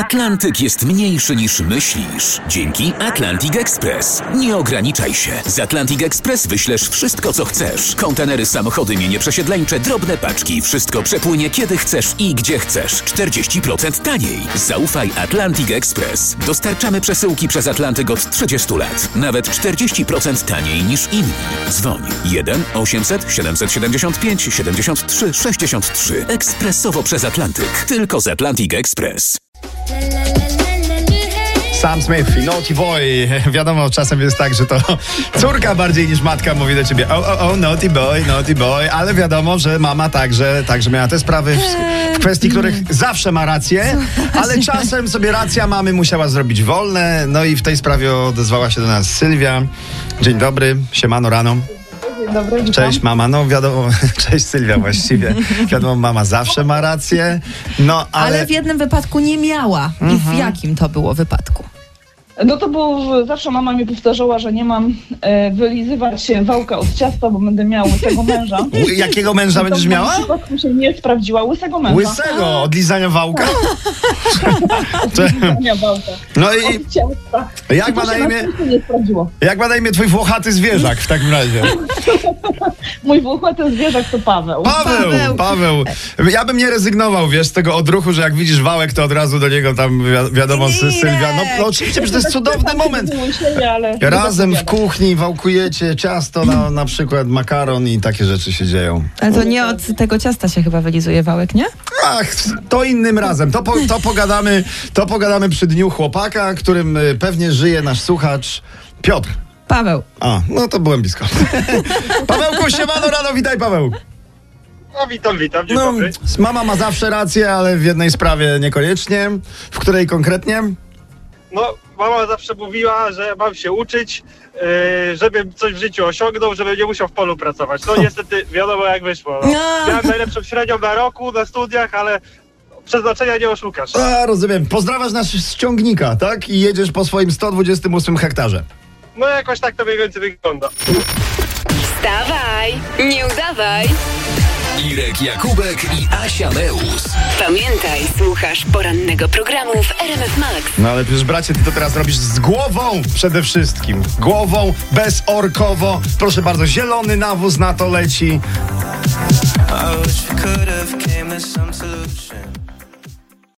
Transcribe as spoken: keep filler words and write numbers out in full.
Atlantyk jest mniejszy niż myślisz. Dzięki Atlantic Express. Nie ograniczaj się. Z Atlantic Express wyślesz wszystko, co chcesz. Kontenery, samochody, mienie przesiedleńcze, drobne paczki. Wszystko przepłynie kiedy chcesz i gdzie chcesz. czterdzieści procent taniej. Zaufaj Atlantic Express. Dostarczamy przesyłki przez Atlantyk od trzydziestu lat. Nawet czterdzieści procent taniej niż inni. Dzwoń jeden osiemset siedemset siedemdziesiąt pięć siedemdziesiąt trzy sześćdziesiąt trzy. Ekspresowo przez Atlantyk. Tylko z Atlantic Express. Sam Smith i Naughty Boy. Wiadomo, czasem jest tak, że to córka bardziej niż matka mówi do ciebie o, o, o, naughty boy, naughty boy, ale wiadomo, że mama także, także miała te sprawy, w, w kwestii których zawsze ma rację, ale czasem sobie racja mamy musiała zrobić wolne, no i w tej sprawie odezwała się do nas Sylwia. Dzień dobry, siemano rano. Dzień dobry, witam. Cześć mama, no wiadomo, cześć Sylwia właściwie, wiadomo, mama zawsze ma rację, no ale... Ale w jednym wypadku nie miała. I Mhm. w jakim to było wypadku? No to było, zawsze mama mi powtarzała, że nie mam e, wylizywać się wałka od ciasta, bo będę miała łysego męża. U, jakiego męża będziesz To w miała? moim przypadku się nie sprawdziła, łysego męża. Łysego, od lizania wałka? Od lizania wałka. No i Od ciasta. jak I ma to na się imię? szczęście nie sprawdziło. Jak ma na imię twój włochaty zwierzak w takim razie? Mój włochaty zwierzak to Paweł. Paweł, Paweł. Paweł. Ja bym nie rezygnował, wiesz, z tego odruchu, że jak widzisz wałek, to od razu do niego tam wi- wiadomo, Sy- Sylwia. No, no oczywiście, przecież to jest cudowny moment. Łysienie, ale Razem w nie kuchni wałkujecie ciasto, na, na przykład makaron i takie rzeczy się dzieją. Ale to nie od tego ciasta się chyba wylizuje wałek, nie? Ach, to innym razem. To, po, to, pogadamy, to pogadamy przy dniu chłopaka, którym y, pewnie żyje nasz słuchacz Piotr. Paweł. A, no to byłem blisko. Pawełku, siemano rano, witaj Paweł. No witam, witam, dzień No, dobry. mama ma zawsze rację, ale w jednej sprawie niekoniecznie. W której konkretnie? No, mama zawsze mówiła, że mam się uczyć, yy, żebym coś w życiu osiągnął, żebym nie musiał w polu pracować. No niestety wiadomo jak wyszło. No. No. Miałem najlepszą średnią na roku, na studiach, ale przeznaczenia nie oszukasz. A, rozumiem. Pozdrawiasz nas z ciągnika, tak? I jedziesz po swoim sto dwudziestym ósmym hektarze. No jakoś tak to mniej więcej wygląda. Wstawaj, nie udawaj. Irek Jakubek i Asia Meus. Pamiętaj, słuchasz porannego programu w R M F Max. No ale przecież bracie, ty to teraz robisz z głową przede wszystkim. Głową, bezorkowo. Proszę bardzo, zielony nawóz na to leci. I wish we could have came to some solution.